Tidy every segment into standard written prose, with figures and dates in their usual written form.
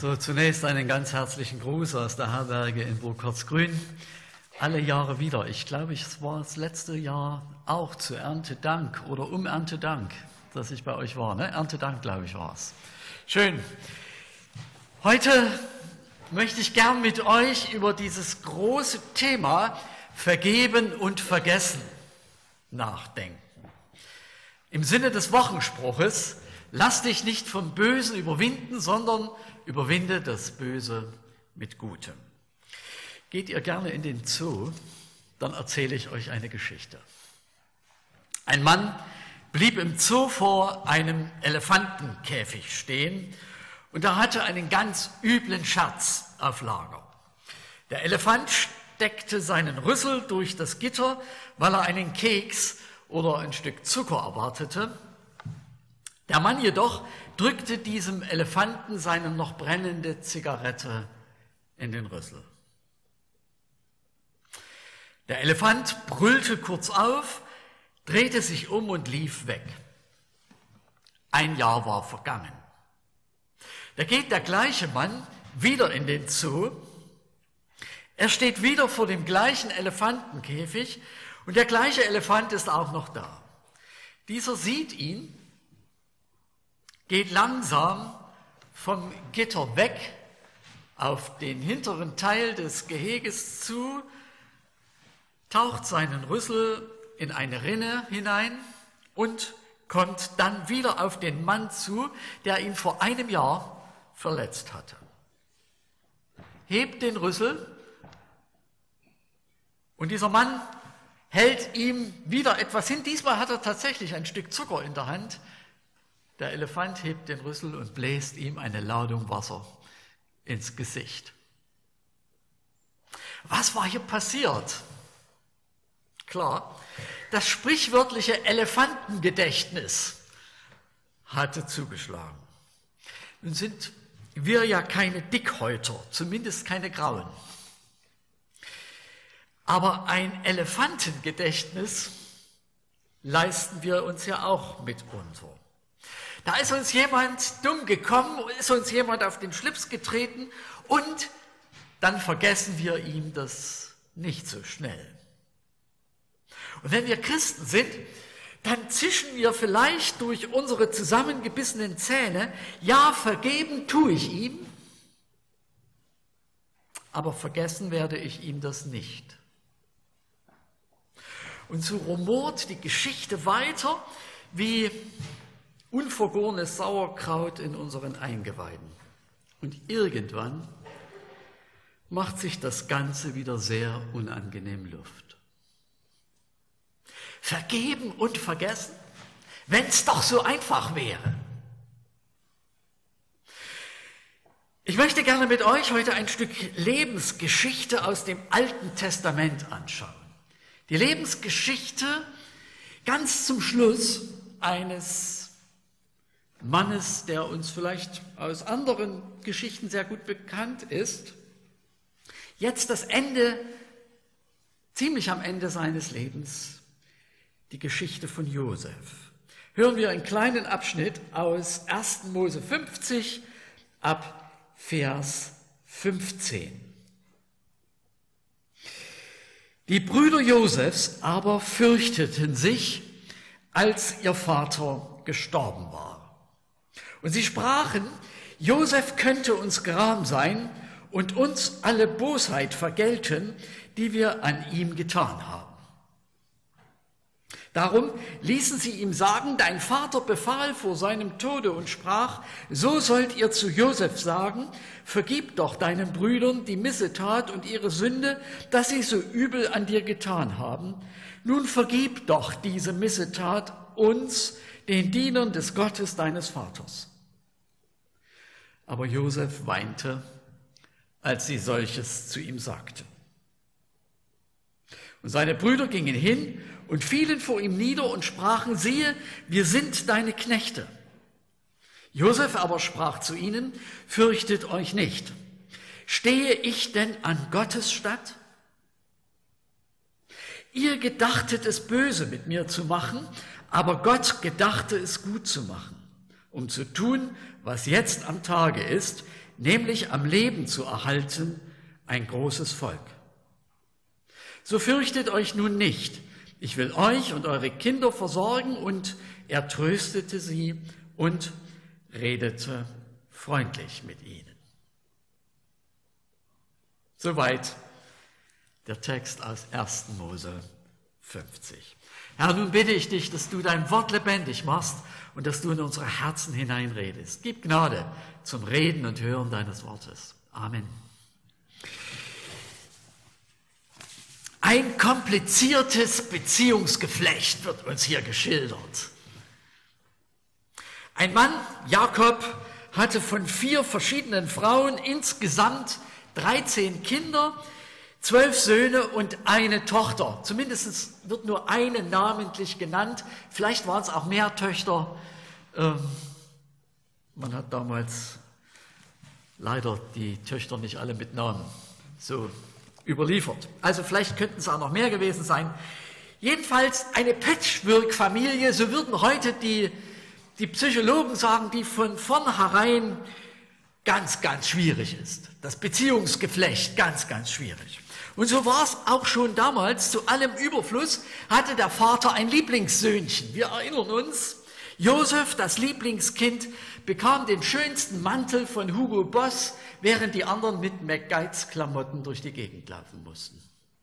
So, zunächst einen ganz herzlichen Gruß aus der Herberge in Burghardsgrün. Alle Jahre wieder. Ich glaube, es war das letzte Jahr auch zu Erntedank oder um Erntedank, dass ich bei euch war. Ne? Erntedank, glaube ich, war es. Schön. Heute möchte ich gern mit euch über dieses große Thema Vergeben und Vergessen nachdenken. Im Sinne des Wochenspruches: Lass dich nicht vom Bösen überwinden, sondern überwinde das Böse mit Gutem. Geht ihr gerne in den Zoo, dann erzähle ich euch eine Geschichte. Ein Mann blieb im Zoo vor einem Elefantenkäfig stehen und er hatte einen ganz üblen Scherz auf Lager. Der Elefant steckte seinen Rüssel durch das Gitter, weil er einen Keks oder ein Stück Zucker erwartete. Der Mann jedoch drückte diesem Elefanten seine noch brennende Zigarette in den Rüssel. Der Elefant brüllte kurz auf, drehte sich um und lief weg. Ein Jahr war vergangen. Da geht der gleiche Mann wieder in den Zoo. Er steht wieder vor dem gleichen Elefantenkäfig und der gleiche Elefant ist auch noch da. Dieser sieht ihn, geht langsam vom Gitter weg auf den hinteren Teil des Geheges zu, taucht seinen Rüssel in eine Rinne hinein und kommt dann wieder auf den Mann zu, der ihn vor einem Jahr verletzt hatte. Hebt den Rüssel und dieser Mann hält ihm wieder etwas hin. Diesmal hat er tatsächlich ein Stück Zucker in der Hand. Der Elefant hebt den Rüssel und bläst ihm eine Ladung Wasser ins Gesicht. Was war hier passiert? Klar, das sprichwörtliche Elefantengedächtnis hatte zugeschlagen. Nun sind wir ja keine Dickhäuter, zumindest keine Grauen. Aber ein Elefantengedächtnis leisten wir uns ja auch mitunter. Da ist uns jemand dumm gekommen, ist uns jemand auf den Schlips getreten und dann vergessen wir ihm das nicht so schnell. Und wenn wir Christen sind, dann zischen wir vielleicht durch unsere zusammengebissenen Zähne: Ja, vergeben tue ich ihm, aber vergessen werde ich ihm das nicht. Und so rumort die Geschichte weiter wie unvergorenes Sauerkraut in unseren Eingeweiden. Und irgendwann macht sich das Ganze wieder sehr unangenehm Luft. Vergeben und vergessen, wenn es doch so einfach wäre. Ich möchte gerne mit euch heute ein Stück Lebensgeschichte aus dem Alten Testament anschauen. Die Lebensgeschichte ganz zum Schluss eines Mannes, der uns vielleicht aus anderen Geschichten sehr gut bekannt ist. Jetzt das Ende, ziemlich am Ende seines Lebens, die Geschichte von Josef. Hören wir einen kleinen Abschnitt aus 1. Mose 50 ab Vers 15. Die Brüder Josefs aber fürchteten sich, als ihr Vater gestorben war. Und sie sprachen: Josef könnte uns gram sein und uns alle Bosheit vergelten, die wir an ihm getan haben. Darum ließen sie ihm sagen: Dein Vater befahl vor seinem Tode und sprach: So sollt ihr zu Josef sagen, vergib doch deinen Brüdern die Missetat und ihre Sünde, dass sie so übel an dir getan haben. Nun vergib doch diese Missetat uns, den Dienern des Gottes deines Vaters. Aber Josef weinte, als sie solches zu ihm sagten. Und seine Brüder gingen hin und fielen vor ihm nieder und sprachen: Siehe, wir sind deine Knechte. Josef aber sprach zu ihnen: Fürchtet euch nicht. Stehe ich denn an Gottes statt? Ihr gedachtet es böse mit mir zu machen, aber Gott gedachte es gut zu machen, um zu tun, was jetzt am Tage ist, nämlich am Leben zu erhalten, ein großes Volk. So fürchtet euch nun nicht, ich will euch und eure Kinder versorgen. Und er tröstete sie und redete freundlich mit ihnen. Soweit der Text aus 1. Mose 50. Herr, nun bitte ich dich, dass du dein Wort lebendig machst und dass du in unsere Herzen hineinredest. Gib Gnade zum Reden und Hören deines Wortes. Amen. Ein kompliziertes Beziehungsgeflecht wird uns hier geschildert. Ein Mann, Jakob, hatte von 4 verschiedenen Frauen insgesamt 13 Kinder, 12 Söhne und eine Tochter. Zumindest wird nur eine namentlich genannt. Vielleicht waren es auch mehr Töchter. Man hat damals leider die Töchter nicht alle mit Namen so überliefert. Also vielleicht könnten es auch noch mehr gewesen sein. Jedenfalls eine Patchwork-Familie, so würden heute die Psychologen sagen, die von vornherein ganz, ganz schwierig ist. Das Beziehungsgeflecht ganz, ganz schwierig. Und so war es auch schon damals. Zu allem Überfluss hatte der Vater ein Lieblingssöhnchen. Wir erinnern uns, Josef, das Lieblingskind, bekam den schönsten Mantel von Hugo Boss, während die anderen mit McGuides-Klamotten durch die Gegend laufen mussten.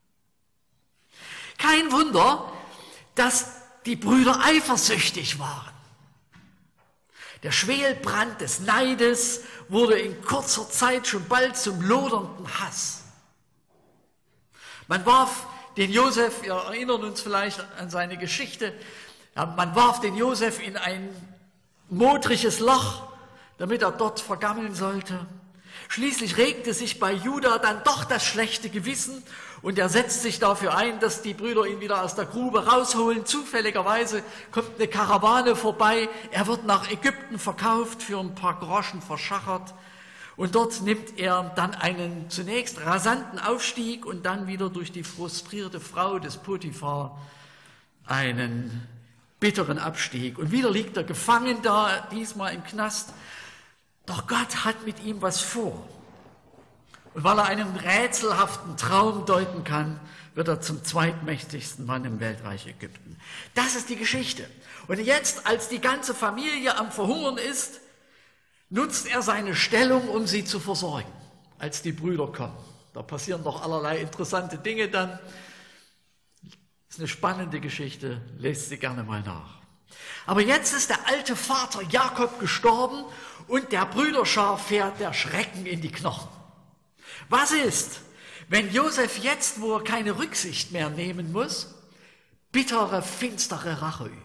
Kein Wunder, dass die Brüder eifersüchtig waren. Der Schwelbrand des Neides wurde in kurzer Zeit schon bald zum lodernden Hass. Man warf den Josef, wir erinnern uns vielleicht an seine Geschichte, man warf den Josef in ein modriges Loch, damit er dort vergammeln sollte. Schließlich regte sich bei Juda dann doch das schlechte Gewissen und er setzt sich dafür ein, dass die Brüder ihn wieder aus der Grube rausholen. Zufälligerweise kommt eine Karawane vorbei, er wird nach Ägypten verkauft, für ein paar Groschen verschachert und dort nimmt er dann einen zunächst rasanten Aufstieg und dann wieder durch die frustrierte Frau des Potiphar einen bitteren Abstieg. Und wieder liegt er gefangen da, diesmal im Knast. Doch Gott hat mit ihm was vor. Und weil er einen rätselhaften Traum deuten kann, wird er zum zweitmächtigsten Mann im Weltreich Ägypten. Das ist die Geschichte. Und jetzt, als die ganze Familie am Verhungern ist, nutzt er seine Stellung, um sie zu versorgen, als die Brüder kommen. Da passieren doch allerlei interessante Dinge dann. Das ist eine spannende Geschichte, lest sie gerne mal nach. Aber jetzt ist der alte Vater Jakob gestorben und der Brüderschar fährt der Schrecken in die Knochen. Was ist, wenn Josef jetzt, wo er keine Rücksicht mehr nehmen muss, bittere, finstere Rache übt?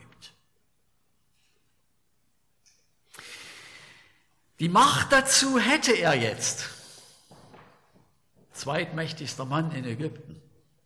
Die Macht dazu hätte er jetzt. Zweitmächtigster Mann in Ägypten.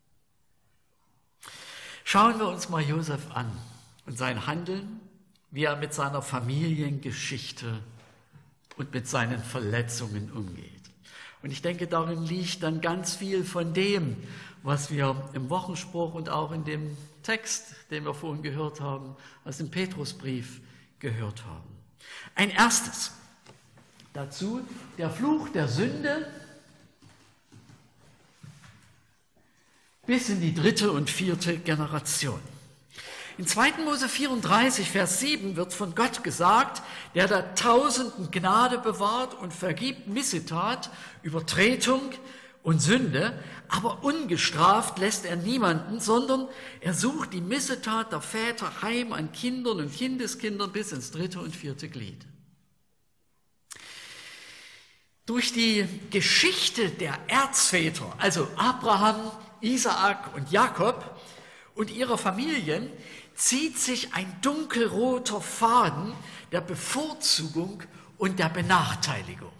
Schauen wir uns mal Josef an und sein Handeln, wie er mit seiner Familiengeschichte und mit seinen Verletzungen umgeht. Und ich denke, darin liegt dann ganz viel von dem, was wir im Wochenspruch und auch in dem Text, den wir vorhin gehört haben, aus dem Petrusbrief gehört haben. Ein erstes dazu, der Fluch der Sünde bis in die 3. und 4. Generation. In 2. Mose 34, Vers 7 wird von Gott gesagt, der da Tausenden Gnade bewahrt und vergibt Missetat, Übertretung und Sünde, aber ungestraft lässt er niemanden, sondern er sucht die Missetat der Väter heim an Kindern und Kindeskindern bis ins 3. und 4. Glied. Durch die Geschichte der Erzväter, also Abraham, Isaak und Jakob und ihrer Familien, zieht sich ein dunkelroter Faden der Bevorzugung und der Benachteiligung.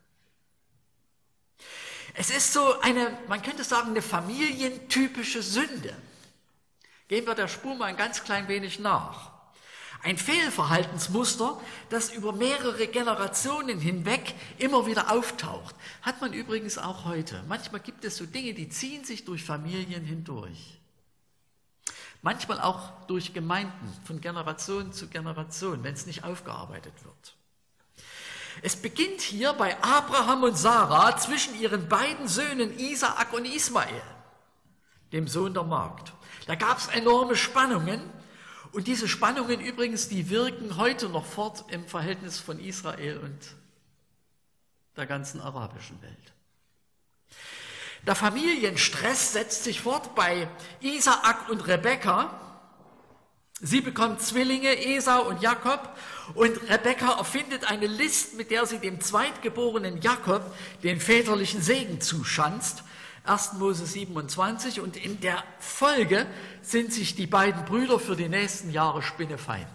Es ist so eine, man könnte sagen, eine familientypische Sünde. Gehen wir der Spur mal ein ganz klein wenig nach. Ein Fehlverhaltensmuster, das über mehrere Generationen hinweg immer wieder auftaucht. Hat man übrigens auch heute. Manchmal gibt es so Dinge, die ziehen sich durch Familien hindurch. Manchmal auch durch Gemeinden, von Generation zu Generation, wenn es nicht aufgearbeitet wird. Es beginnt hier bei Abraham und Sarah zwischen ihren beiden Söhnen Isaak und Ismael, dem Sohn der Magd. Da gab es enorme Spannungen und diese Spannungen übrigens, die wirken heute noch fort im Verhältnis von Israel und der ganzen arabischen Welt. Der Familienstress setzt sich fort bei Isaak und Rebekka. Sie bekommt Zwillinge, Esau und Jakob, und Rebekka erfindet eine List, mit der sie dem zweitgeborenen Jakob den väterlichen Segen zuschanzt. 1. Mose 27, und in der Folge sind sich die beiden Brüder für die nächsten Jahre spinnefeind.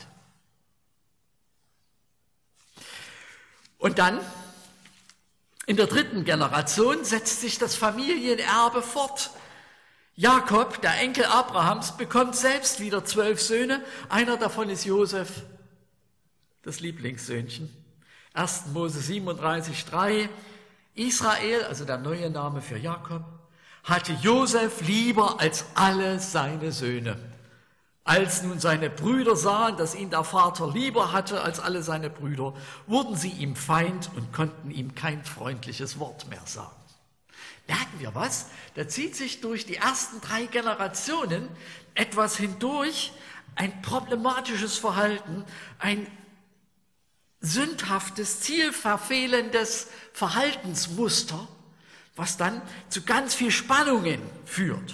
Und dann, in der dritten Generation, setzt sich das Familienerbe fort. Jakob, der Enkel Abrahams, bekommt selbst wieder 12 Söhne. Einer davon ist Josef, das Lieblingssöhnchen. 1. Mose 37,3. Israel, also der neue Name für Jakob, hatte Josef lieber als alle seine Söhne. Als nun seine Brüder sahen, dass ihn der Vater lieber hatte als alle seine Brüder, wurden sie ihm Feind und konnten ihm kein freundliches Wort mehr sagen. Merken wir was? Da zieht sich durch die ersten 3 Generationen etwas hindurch, ein problematisches Verhalten, ein sündhaftes, zielverfehlendes Verhaltensmuster, was dann zu ganz viel Spannungen führt.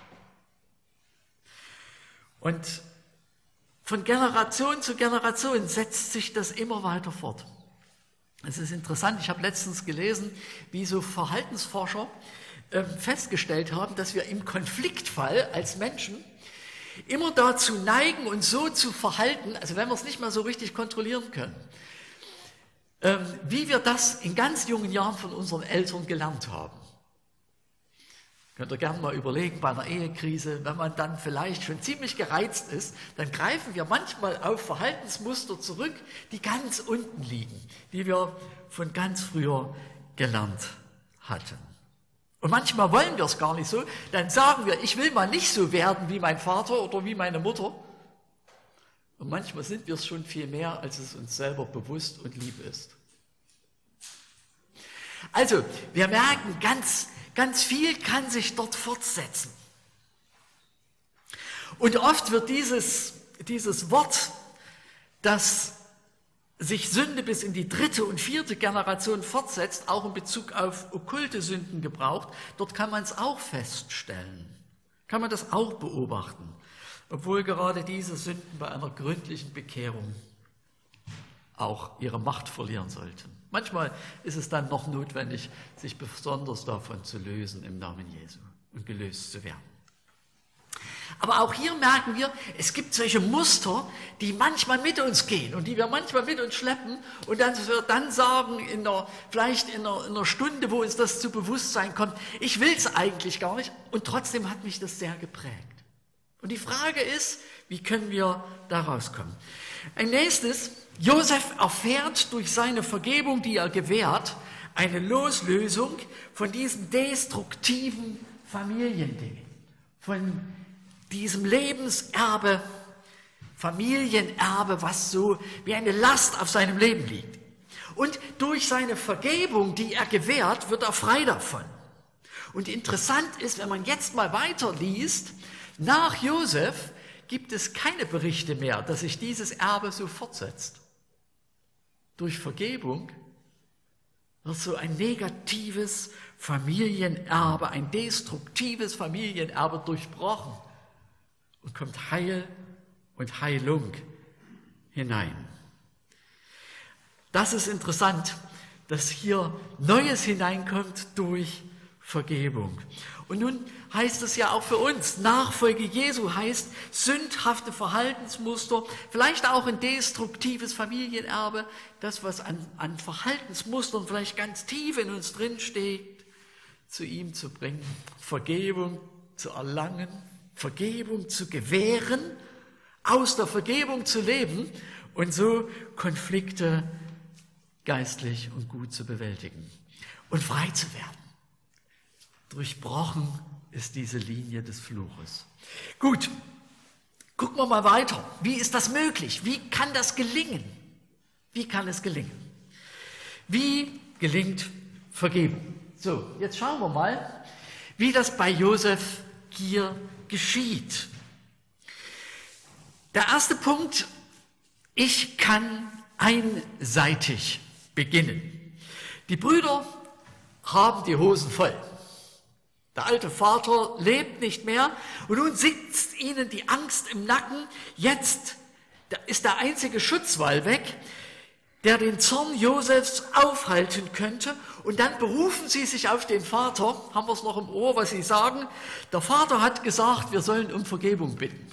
Und von Generation zu Generation setzt sich das immer weiter fort. Es ist interessant, ich habe letztens gelesen, wie so Verhaltensforscher festgestellt haben, dass wir im Konfliktfall als Menschen immer dazu neigen, uns so zu verhalten, also wenn wir es nicht mal so richtig kontrollieren können, wie wir das in ganz jungen Jahren von unseren Eltern gelernt haben. Könnt ihr gerne mal überlegen, bei einer Ehekrise, wenn man dann vielleicht schon ziemlich gereizt ist, dann greifen wir manchmal auf Verhaltensmuster zurück, die ganz unten liegen, die wir von ganz früher gelernt hatten. Und manchmal wollen wir es gar nicht so, dann sagen wir, ich will mal nicht so werden wie mein Vater oder wie meine Mutter. Und manchmal sind wir es schon viel mehr, als es uns selber bewusst und lieb ist. Also, wir merken, ganz viel kann sich dort fortsetzen. Und oft wird dieses Wort, das sich Sünde bis in die 3. und 4. Generation fortsetzt, auch in Bezug auf okkulte Sünden gebraucht. Dort kann man es auch feststellen, kann man das auch beobachten, obwohl gerade diese Sünden bei einer gründlichen Bekehrung auch ihre Macht verlieren sollten. Manchmal ist es dann noch notwendig, sich besonders davon zu lösen im Namen Jesu und gelöst zu werden. Aber auch hier merken wir, es gibt solche Muster, die manchmal mit uns gehen und die wir manchmal mit uns schleppen und dass wir dann sagen, vielleicht in einer Stunde, wo uns das zu Bewusstsein kommt, ich will es eigentlich gar nicht und trotzdem hat mich das sehr geprägt. Und die Frage ist, wie können wir da rauskommen? Ein nächstes, Josef erfährt durch seine Vergebung, die er gewährt, eine Loslösung von diesen destruktiven Familiendingen, von diesem Lebenserbe, Familienerbe, was so wie eine Last auf seinem Leben liegt. Und durch seine Vergebung, die er gewährt, wird er frei davon. Und interessant ist, wenn man jetzt mal weiterliest, nach Josef gibt es keine Berichte mehr, dass sich dieses Erbe so fortsetzt. Durch Vergebung wird so ein negatives Familienerbe, ein destruktives Familienerbe durchbrochen und kommt Heil und Heilung hinein. Das ist interessant, dass hier Neues hineinkommt durch Vergebung. Und nun heißt es ja auch für uns, Nachfolge Jesu heißt sündhafte Verhaltensmuster, vielleicht auch ein destruktives Familienerbe, das, was an Verhaltensmustern vielleicht ganz tief in uns drin steht, zu ihm zu bringen, Vergebung zu erlangen, Vergebung zu gewähren, aus der Vergebung zu leben und so Konflikte geistlich und gut zu bewältigen und frei zu werden. Durchbrochen ist diese Linie des Fluches. Gut, gucken wir mal weiter. Wie ist das möglich? Wie kann das gelingen? Wie kann es gelingen? Wie gelingt Vergebung? So, jetzt schauen wir mal, wie das bei Josef hier geschieht. Der erste Punkt: Ich kann einseitig beginnen. Die Brüder haben die Hosen voll. Der alte Vater lebt nicht mehr und nun sitzt ihnen die Angst im Nacken. Jetzt ist der einzige Schutzwall weg, der den Zorn Josefs aufhalten könnte. Und dann berufen sie sich auf den Vater. Haben wir es noch im Ohr, was sie sagen? Der Vater hat gesagt, wir sollen um Vergebung bitten.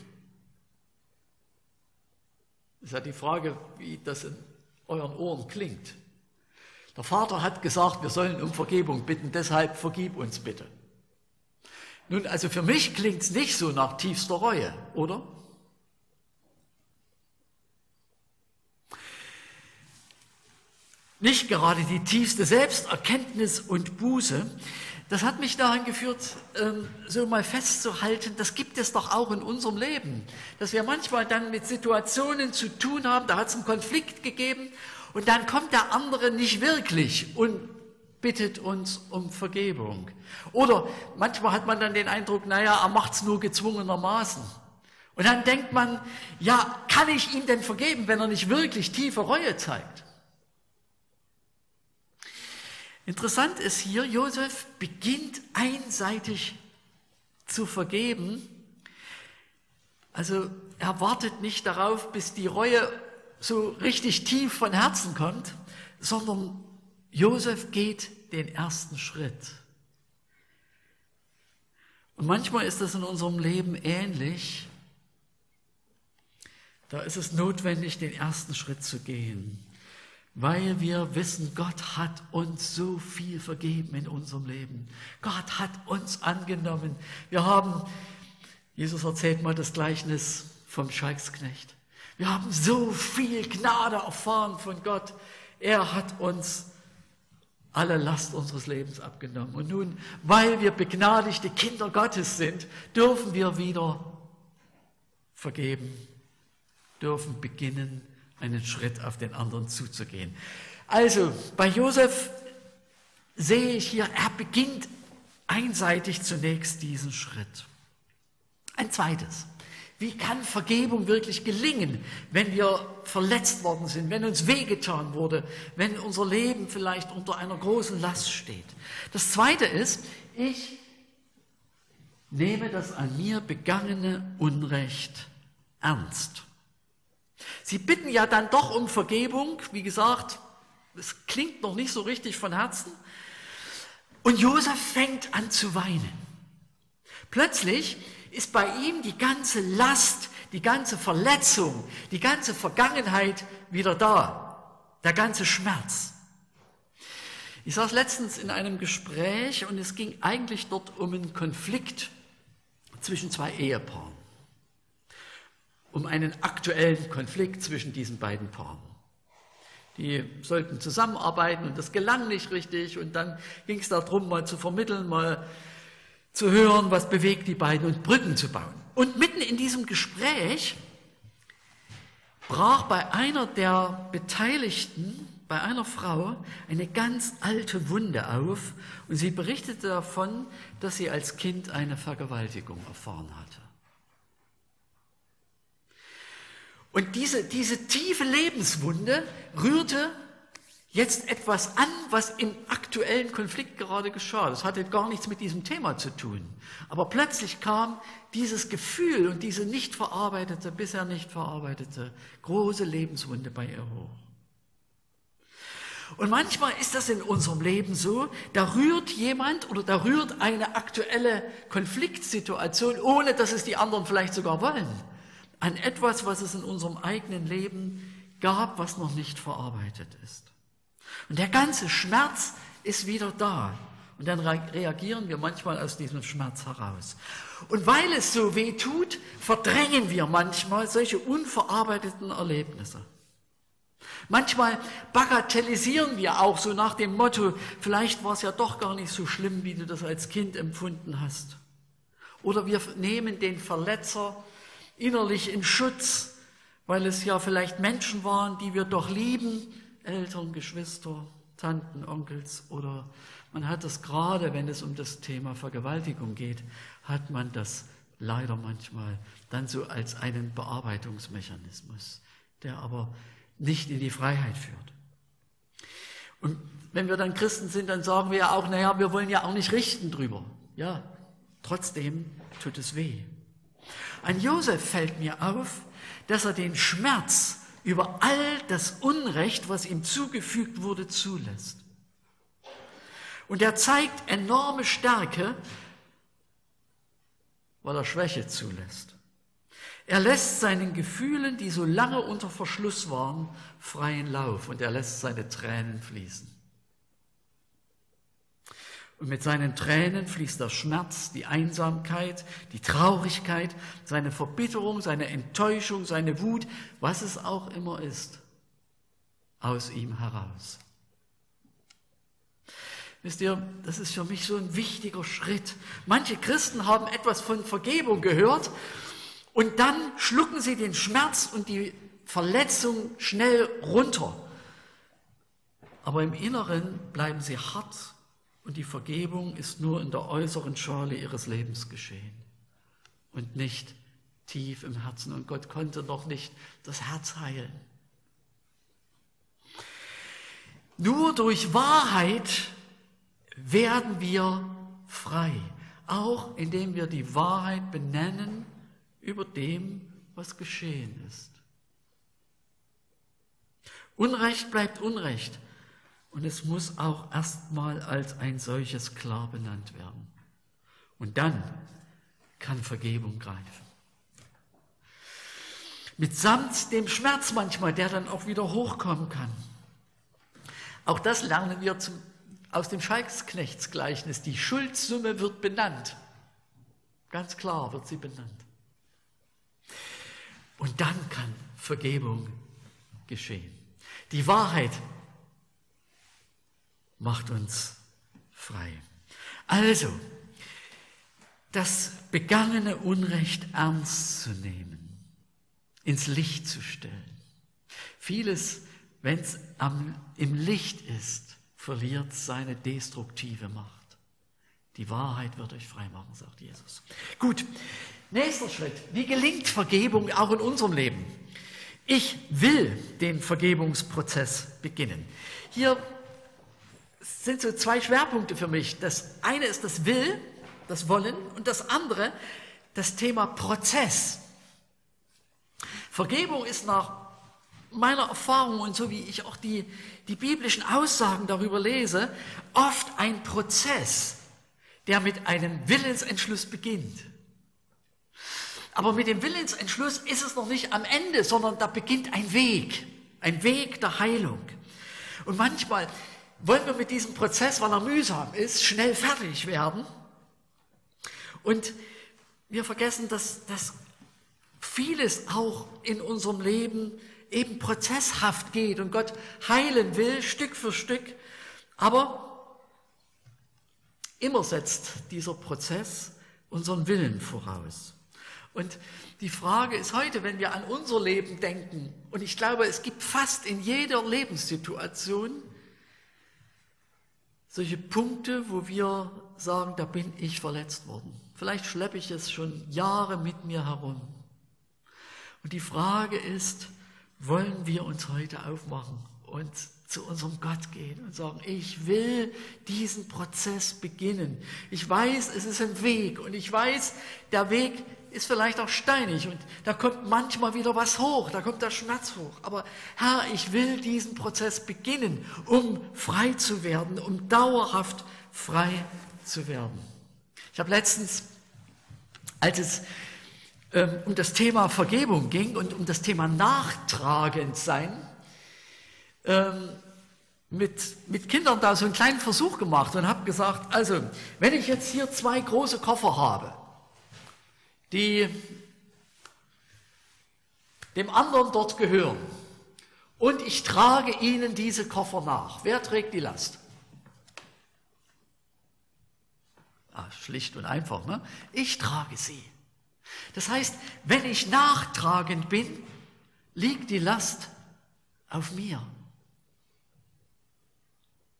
Das ist ja die Frage, wie das in euren Ohren klingt. Der Vater hat gesagt, wir sollen um Vergebung bitten, deshalb vergib uns bitte. Nun, also für mich klingt es nicht so nach tiefster Reue, oder? Nicht gerade die tiefste Selbsterkenntnis und Buße. Das hat mich daran geführt, so mal festzuhalten, das gibt es doch auch in unserem Leben. Dass wir manchmal dann mit Situationen zu tun haben, da hat es einen Konflikt gegeben und dann kommt der andere nicht wirklich und bittet uns um Vergebung. Oder manchmal hat man dann den Eindruck, naja, er macht es nur gezwungenermaßen. Und dann denkt man, ja, kann ich ihm denn vergeben, wenn er nicht wirklich tiefe Reue zeigt? Interessant ist hier, Josef beginnt einseitig zu vergeben. Also er wartet nicht darauf, bis die Reue so richtig tief von Herzen kommt, sondern Josef geht den ersten Schritt. Und manchmal ist das in unserem Leben ähnlich. Da ist es notwendig, den ersten Schritt zu gehen. Weil wir wissen, Gott hat uns so viel vergeben in unserem Leben. Gott hat uns angenommen. Jesus erzählt mal das Gleichnis vom Schalksknecht. Wir haben so viel Gnade erfahren von Gott. Er hat uns alle Last unseres Lebens abgenommen. Und nun, weil wir begnadigte Kinder Gottes sind, dürfen wir wieder vergeben, dürfen beginnen, einen Schritt auf den anderen zuzugehen. Also, bei Josef sehe ich hier, er beginnt einseitig zunächst diesen Schritt. Ein zweites: Wie kann Vergebung wirklich gelingen, wenn wir verletzt worden sind, wenn uns wehgetan wurde, wenn unser Leben vielleicht unter einer großen Last steht? Das zweite ist, ich nehme das an mir begangene Unrecht ernst. Sie bitten ja dann doch um Vergebung. Wie gesagt, es klingt noch nicht so richtig von Herzen. Und Josef fängt an zu weinen. Plötzlich ist bei ihm die ganze Last, die ganze Verletzung, die ganze Vergangenheit wieder da. Der ganze Schmerz. Ich saß letztens in einem Gespräch und es ging eigentlich dort um einen Konflikt zwischen zwei Ehepaaren. Um einen aktuellen Konflikt zwischen diesen beiden Paaren. Die sollten zusammenarbeiten und das gelang nicht richtig und dann ging es darum, mal zu vermitteln, mal zu hören, was bewegt die beiden und Brücken zu bauen. Und mitten in diesem Gespräch brach bei einer der Beteiligten, bei einer Frau, eine ganz alte Wunde auf und sie berichtete davon, dass sie als Kind eine Vergewaltigung erfahren hatte. Und diese tiefe Lebenswunde rührte jetzt etwas an, was im aktuellen Konflikt gerade geschah. Das hatte gar nichts mit diesem Thema zu tun. Aber plötzlich kam dieses Gefühl und diese bisher nicht verarbeitete, große Lebenswunde bei ihr hoch. Und manchmal ist das in unserem Leben so, da rührt jemand oder da rührt eine aktuelle Konfliktsituation, ohne dass es die anderen vielleicht sogar wollen, an etwas, was es in unserem eigenen Leben gab, was noch nicht verarbeitet ist. Und der ganze Schmerz ist wieder da. Und dann reagieren wir manchmal aus diesem Schmerz heraus. Und weil es so weh tut, verdrängen wir manchmal solche unverarbeiteten Erlebnisse. Manchmal bagatellisieren wir auch so nach dem Motto, vielleicht war es ja doch gar nicht so schlimm, wie du das als Kind empfunden hast. Oder wir nehmen den Verletzer innerlich in Schutz, weil es ja vielleicht Menschen waren, die wir doch lieben, Eltern, Geschwister, Tanten, Onkels, oder man hat das gerade, wenn es um das Thema Vergewaltigung geht, hat man das leider manchmal dann so als einen Bearbeitungsmechanismus, der aber nicht in die Freiheit führt. Und wenn wir dann Christen sind, dann sagen wir ja auch, naja, wir wollen ja auch nicht richten drüber. Ja, trotzdem tut es weh. An Josef fällt mir auf, dass er den Schmerz über all das Unrecht, was ihm zugefügt wurde, zulässt. Und er zeigt enorme Stärke, weil er Schwäche zulässt. Er lässt seinen Gefühlen, die so lange unter Verschluss waren, freien Lauf und er lässt seine Tränen fließen. Und mit seinen Tränen fließt der Schmerz, die Einsamkeit, die Traurigkeit, seine Verbitterung, seine Enttäuschung, seine Wut, was es auch immer ist, aus ihm heraus. Wisst ihr, das ist für mich so ein wichtiger Schritt. Manche Christen haben etwas von Vergebung gehört und dann schlucken sie den Schmerz und die Verletzung schnell runter. Aber im Inneren bleiben sie hart und die Vergebung ist nur in der äußeren Schale ihres Lebens geschehen und nicht tief im Herzen. Und Gott konnte noch nicht das Herz heilen. Nur durch Wahrheit werden wir frei, auch indem wir die Wahrheit benennen über dem, was geschehen ist. Unrecht bleibt Unrecht und es muss auch erstmal als ein solches klar benannt werden. Und dann kann Vergebung greifen. Mitsamt dem Schmerz manchmal, der dann auch wieder hochkommen kann. Auch das lernen wir aus dem Schalksknechtsgleichnis. Die Schuldsumme wird benannt. Ganz klar wird sie benannt. Und dann kann Vergebung geschehen. Die Wahrheit macht uns frei. Also, das begangene Unrecht ernst zu nehmen, ins Licht zu stellen. Vieles, wenn es im Licht ist, verliert seine destruktive Macht. Die Wahrheit wird euch frei machen, sagt Jesus. Gut, nächster Schritt. Wie gelingt Vergebung auch in unserem Leben? Ich will den Vergebungsprozess beginnen. Hier sind so zwei Schwerpunkte für mich. Das eine ist das Will, das Wollen, und das andere das Thema Prozess. Vergebung ist nach meiner Erfahrung und so wie ich auch die biblischen Aussagen darüber lese, oft ein Prozess, der mit einem Willensentschluss beginnt. Aber mit dem Willensentschluss ist es noch nicht am Ende, sondern da beginnt ein Weg der Heilung. Und manchmal wollen wir mit diesem Prozess, weil er mühsam ist, schnell fertig werden. Und wir vergessen, dass vieles auch in unserem Leben eben prozesshaft geht und Gott heilen will, Stück für Stück. Aber immer setzt dieser Prozess unseren Willen voraus. Und die Frage ist heute, wenn wir an unser Leben denken, und ich glaube, es gibt fast in jeder Lebenssituation solche Punkte, wo wir sagen, da bin ich verletzt worden. Vielleicht schleppe ich es schon Jahre mit mir herum. Und die Frage ist, wollen wir uns heute aufmachen und zu unserem Gott gehen und sagen, ich will diesen Prozess beginnen. Ich weiß, es ist ein Weg und ich weiß, der Weg ist vielleicht auch steinig und da kommt manchmal wieder was hoch, da kommt der Schmerz hoch. Aber Herr, ich will diesen Prozess beginnen, um frei zu werden, um dauerhaft frei zu werden. Ich habe letztens, als es um das Thema Vergebung ging und um das Thema Nachtragendsein, mit Kindern da so einen kleinen Versuch gemacht und habe gesagt, also, wenn ich jetzt hier 2 große Koffer habe, die dem anderen dort gehören, und ich trage ihnen diese Koffer nach, wer trägt die Last? Schlicht und einfach, ne? Ich trage sie. Das heißt, wenn ich nachtragend bin, liegt die Last auf mir.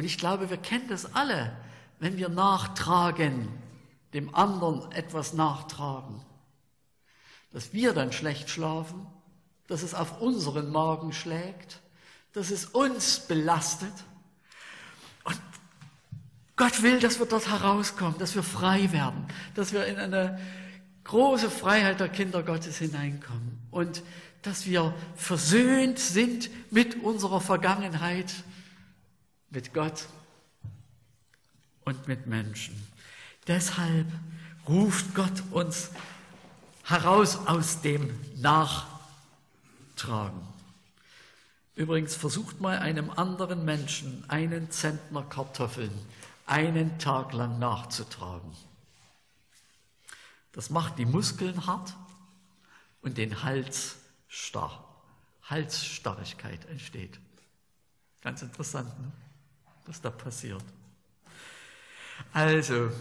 Und ich glaube, wir kennen das alle, wenn wir nachtragen, dem anderen etwas nachtragen, dass wir dann schlecht schlafen, dass es auf unseren Magen schlägt, dass es uns belastet. Und Gott will, dass wir dort herauskommen, dass wir frei werden, dass wir in eine große Freiheit der Kinder Gottes hineinkommen und dass wir versöhnt sind mit unserer Vergangenheit, mit Gott und mit Menschen. Deshalb ruft Gott uns heraus aus dem Nachtragen. Übrigens, versucht mal einem anderen Menschen einen Zentner Kartoffeln einen Tag lang nachzutragen. Das macht die Muskeln hart und den Hals starr. Halsstarrigkeit entsteht. Ganz interessant, ne? Was da passiert. Also,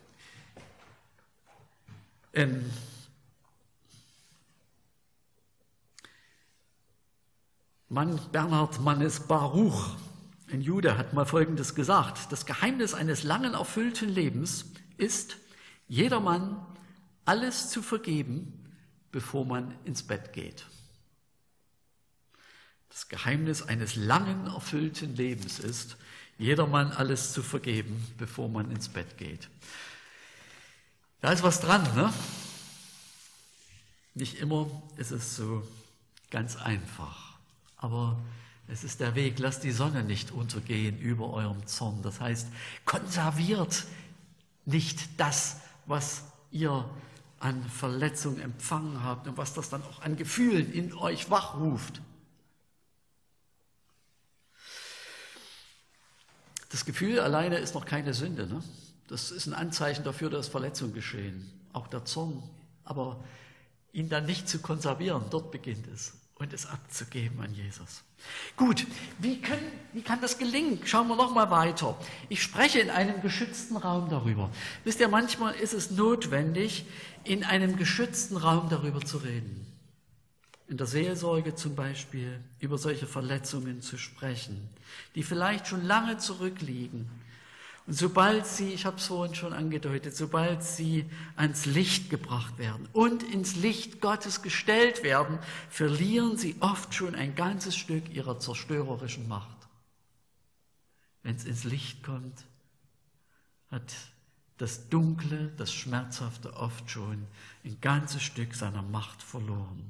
Bernhard Mannes Baruch, ein Jude, hat mal Folgendes gesagt: Das Geheimnis eines langen, erfüllten Lebens ist, jedermann alles zu vergeben, bevor man ins Bett geht. Das Geheimnis eines langen, erfüllten Lebens ist, jedermann alles zu vergeben, bevor man ins Bett geht. Da ist was dran, ne? Nicht immer ist es so ganz einfach, aber es ist der Weg. Lasst die Sonne nicht untergehen über eurem Zorn. Das heißt, konserviert nicht das, was ihr an Verletzung empfangen habt und was das dann auch an Gefühlen in euch wachruft. Das Gefühl alleine ist noch keine Sünde, ne? Das ist ein Anzeichen dafür, dass Verletzungen geschehen, auch der Zorn. Aber ihn dann nicht zu konservieren, dort beginnt es, und es abzugeben an Jesus. Gut, wie kann das gelingen? Schauen wir noch mal weiter. Ich spreche in einem geschützten Raum darüber. Wisst ihr, manchmal ist es notwendig, in einem geschützten Raum darüber zu reden. In der Seelsorge zum Beispiel über solche Verletzungen zu sprechen, die vielleicht schon lange zurückliegen. Und sobald sie, ich habe es vorhin schon angedeutet, sobald sie ans Licht gebracht werden und ins Licht Gottes gestellt werden, verlieren sie oft schon ein ganzes Stück ihrer zerstörerischen Macht. Wenn es ins Licht kommt, hat das Dunkle, das Schmerzhafte oft schon ein ganzes Stück seiner Macht verloren.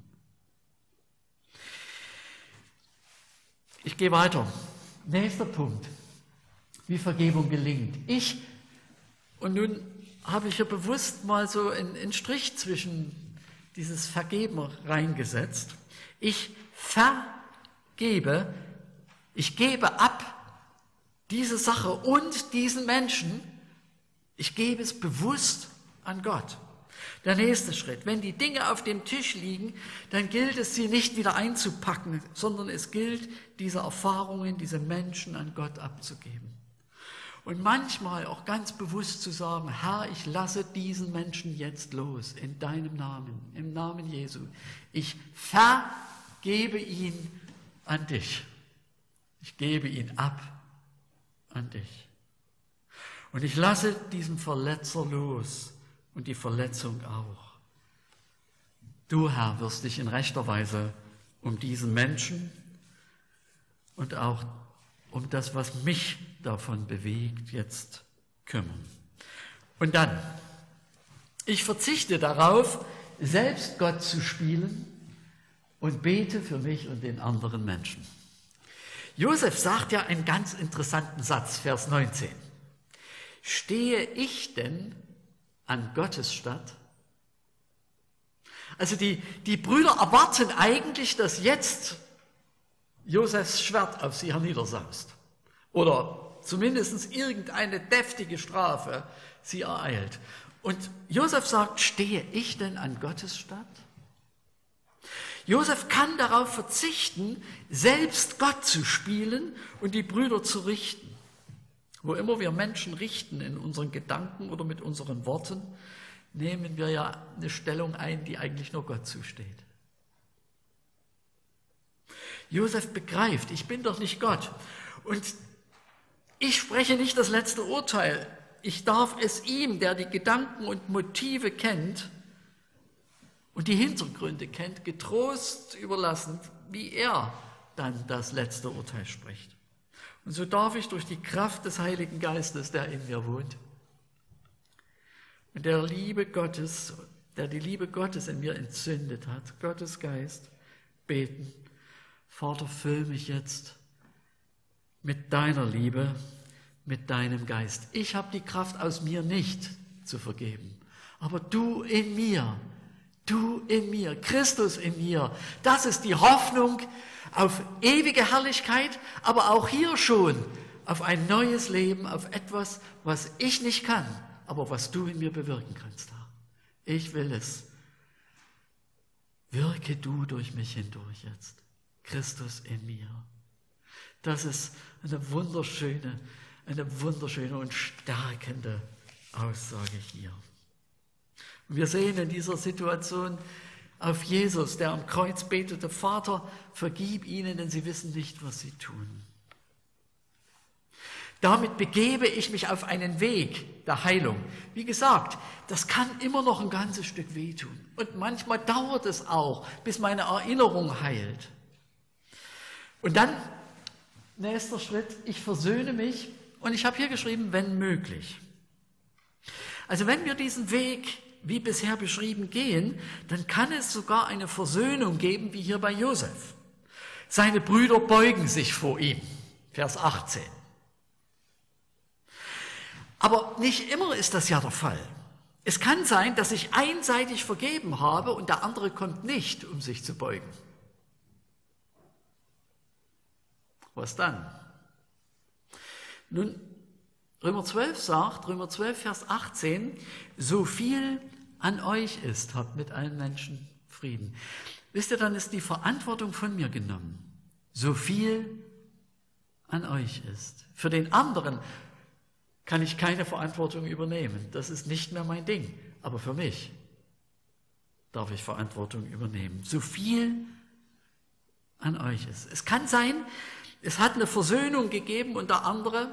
Ich gehe weiter. Nächster Punkt. Wie Vergebung gelingt. Und nun habe ich hier bewusst mal so einen Strich zwischen dieses Vergeben reingesetzt. Ich vergebe, ich gebe ab diese Sache und diesen Menschen, ich gebe es bewusst an Gott. Der nächste Schritt: Wenn die Dinge auf dem Tisch liegen, dann gilt es, sie nicht wieder einzupacken, sondern es gilt, diese Erfahrungen, diese Menschen an Gott abzugeben. Und manchmal auch ganz bewusst zu sagen: Herr, ich lasse diesen Menschen jetzt los, in deinem Namen, im Namen Jesu. Ich vergebe ihn an dich. Ich gebe ihn ab an dich. Und ich lasse diesen Verletzer los und die Verletzung auch. Du, Herr, wirst dich in rechter Weise um diesen Menschen und auch um das, was mich davon bewegt, jetzt kümmern. Und dann, ich verzichte darauf, selbst Gott zu spielen und bete für mich und den anderen Menschen. Josef sagt ja einen ganz interessanten Satz, Vers 19. Stehe ich denn an Gottes statt? Also die Brüder erwarten eigentlich, dass jetzt Josefs Schwert auf sie herniedersaust oder zumindest irgendeine deftige Strafe sie ereilt. Und Josef sagt: Stehe ich denn an Gottes statt? Josef kann darauf verzichten, selbst Gott zu spielen und die Brüder zu richten. Wo immer wir Menschen richten, in unseren Gedanken oder mit unseren Worten, nehmen wir ja eine Stellung ein, die eigentlich nur Gott zusteht. Josef begreift: Ich bin doch nicht Gott. Und Ich spreche nicht das letzte Urteil. Ich darf es ihm, der die Gedanken und Motive kennt und die Hintergründe kennt, getrost überlassen, wie er dann das letzte Urteil spricht. Und so darf ich durch die Kraft des Heiligen Geistes, der in mir wohnt, und der Liebe Gottes, der die Liebe Gottes in mir entzündet hat, Gottes Geist, beten: Vater, füll mich jetzt mit deiner Liebe, mit deinem Geist. Ich habe die Kraft aus mir nicht zu vergeben, aber du in mir, Christus in mir, das ist die Hoffnung auf ewige Herrlichkeit, aber auch hier schon auf ein neues Leben, auf etwas, was ich nicht kann, aber was du in mir bewirken kannst. Ich will es. Wirke du durch mich hindurch jetzt, Christus in mir. Das ist eine wunderschöne und stärkende Aussage hier. Und wir sehen in dieser Situation auf Jesus, der am Kreuz betete: Vater, vergib ihnen, denn sie wissen nicht, was sie tun. Damit begebe ich mich auf einen Weg der Heilung. Wie gesagt, das kann immer noch ein ganzes Stück wehtun. Und manchmal dauert es auch, bis meine Erinnerung heilt. Und dann, nächster Schritt, ich versöhne mich. Und ich habe hier geschrieben, wenn möglich. Also wenn wir diesen Weg, wie bisher beschrieben, gehen, dann kann es sogar eine Versöhnung geben, wie hier bei Josef. Seine Brüder beugen sich vor ihm. Vers 18. Aber nicht immer ist das ja der Fall. Es kann sein, dass ich einseitig vergeben habe und der andere kommt nicht, um sich zu beugen. Was dann? Nun, Römer 12 sagt, Römer 12, Vers 18, so viel an euch ist, habt mit allen Menschen Frieden. Wisst ihr, dann ist die Verantwortung von mir genommen. So viel an euch ist. Für den anderen kann ich keine Verantwortung übernehmen. Das ist nicht mehr mein Ding. Aber für mich darf ich Verantwortung übernehmen. So viel an euch ist. Es kann sein, es hat eine Versöhnung gegeben und der andere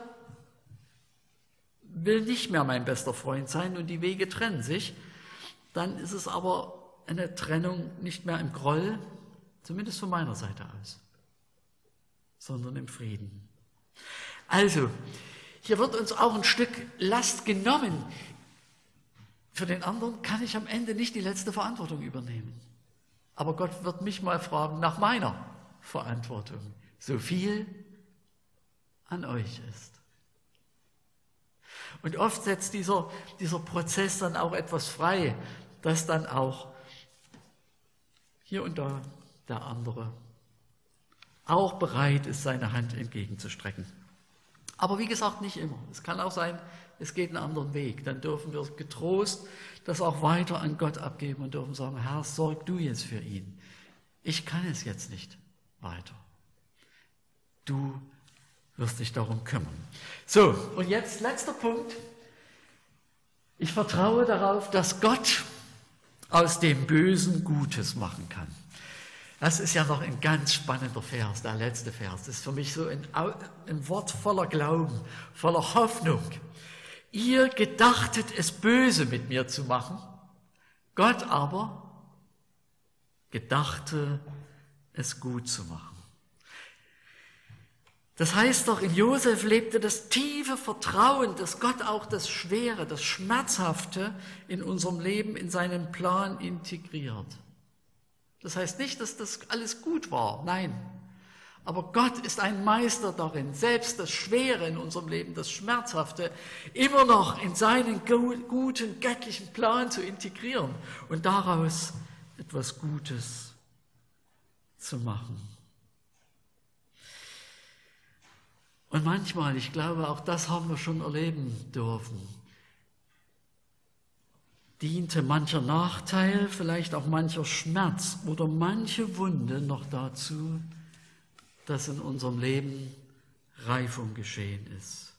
will nicht mehr mein bester Freund sein und die Wege trennen sich. Dann ist es aber eine Trennung nicht mehr im Groll, zumindest von meiner Seite aus, sondern im Frieden. Also, hier wird uns auch ein Stück Last genommen. Für den anderen kann ich am Ende nicht die letzte Verantwortung übernehmen. Aber Gott wird mich mal fragen nach meiner Verantwortung. So viel an euch ist. Und oft setzt dieser Prozess dann auch etwas frei, dass dann auch hier und da der andere auch bereit ist, seine Hand entgegenzustrecken. Aber wie gesagt, nicht immer. Es kann auch sein, es geht einen anderen Weg. Dann dürfen wir getrost das auch weiter an Gott abgeben und dürfen sagen: Herr, sorg du jetzt für ihn. Ich kann es jetzt nicht weiter. Du wirst dich darum kümmern. So, und jetzt letzter Punkt. Ich vertraue darauf, dass Gott aus dem Bösen Gutes machen kann. Das ist ja noch ein ganz spannender Vers, der letzte Vers. Das ist für mich so ein Wort voller Glauben, voller Hoffnung. Ihr gedachtet es böse mit mir zu machen, Gott aber gedachte es gut zu machen. Das heißt doch, in Josef lebte das tiefe Vertrauen, dass Gott auch das Schwere, das Schmerzhafte in unserem Leben in seinen Plan integriert. Das heißt nicht, dass das alles gut war, nein. Aber Gott ist ein Meister darin, selbst das Schwere in unserem Leben, das Schmerzhafte, immer noch in seinen guten, göttlichen Plan zu integrieren und daraus etwas Gutes zu machen. Und manchmal, ich glaube, auch das haben wir schon erleben dürfen, diente mancher Nachteil, vielleicht auch mancher Schmerz oder manche Wunde noch dazu, dass in unserem Leben Reifung geschehen ist.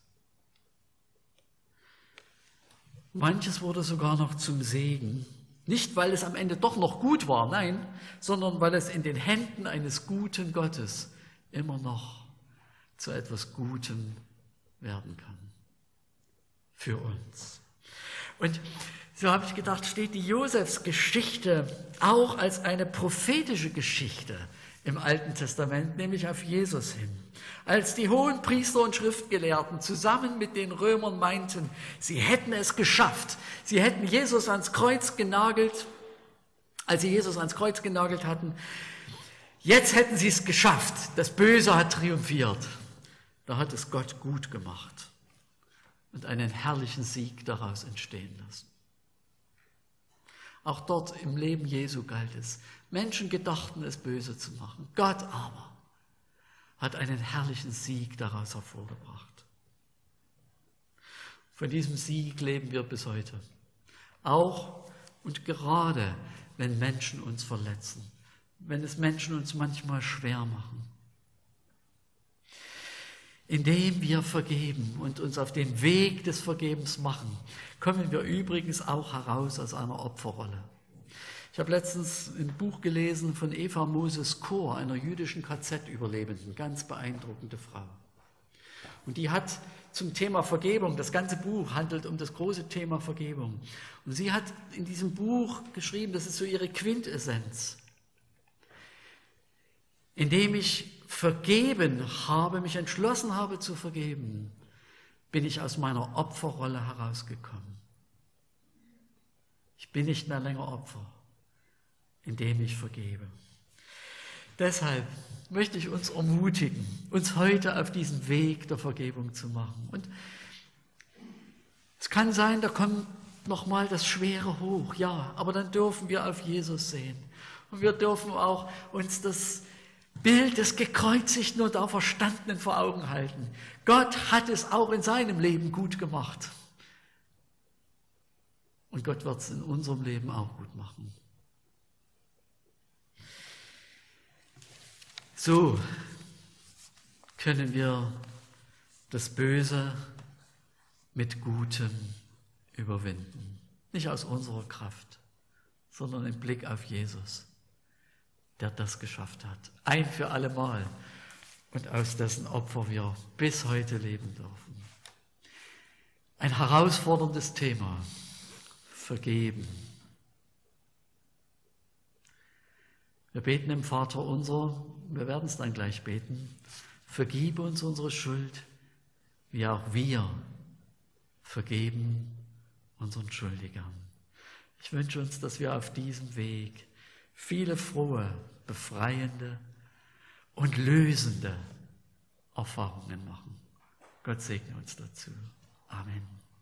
Manches wurde sogar noch zum Segen, nicht weil es am Ende doch noch gut war, nein, sondern weil es in den Händen eines guten Gottes immer noch zu etwas Gutem werden kann. Für uns. Und so habe ich gedacht, steht die Josefsgeschichte auch als eine prophetische Geschichte im Alten Testament, nämlich auf Jesus hin. Als die Hohenpriester und Schriftgelehrten zusammen mit den Römern meinten, sie hätten es geschafft, sie hätten Jesus ans Kreuz genagelt, als sie Jesus ans Kreuz genagelt hatten, jetzt hätten sie es geschafft, das Böse hat triumphiert. Da hat es Gott gut gemacht und einen herrlichen Sieg daraus entstehen lassen. Auch dort im Leben Jesu galt es. Menschen gedachten, es böse zu machen. Gott aber hat einen herrlichen Sieg daraus hervorgebracht. Von diesem Sieg leben wir bis heute. Auch und gerade, wenn Menschen uns verletzen, wenn es Menschen uns manchmal schwer machen. Indem wir vergeben und uns auf den Weg des Vergebens machen, kommen wir übrigens auch heraus aus einer Opferrolle. Ich habe letztens ein Buch gelesen von Eva Moses Kor, einer jüdischen KZ-Überlebenden, ganz beeindruckende Frau. Und die hat zum Thema Vergebung, das ganze Buch handelt um das große Thema Vergebung. Und sie hat in diesem Buch geschrieben, das ist so ihre Quintessenz. Indem ich vergeben habe, mich entschlossen habe zu vergeben, bin ich aus meiner Opferrolle herausgekommen. Ich bin nicht mehr länger Opfer, indem ich vergebe. Deshalb möchte ich uns ermutigen, uns heute auf diesen Weg der Vergebung zu machen. Und es kann sein, da kommt nochmal das Schwere hoch, ja, aber dann dürfen wir auf Jesus sehen. Und wir dürfen auch uns das Bild des Gekreuzigten und Auferstandenen vor Augen halten. Gott hat es auch in seinem Leben gut gemacht. Und Gott wird es in unserem Leben auch gut machen. So können wir das Böse mit Gutem überwinden. Nicht aus unserer Kraft, sondern im Blick auf Jesus, der das geschafft hat. Ein für alle Mal und aus dessen Opfer wir bis heute leben dürfen. Ein herausforderndes Thema. Vergeben. Wir beten im Vater unser, wir werden es dann gleich beten. Vergib uns unsere Schuld, wie auch wir vergeben unseren Schuldigern. Ich wünsche uns, dass wir auf diesem Weg viele frohe, befreiende und lösende Erfahrungen machen. Gott segne uns dazu. Amen.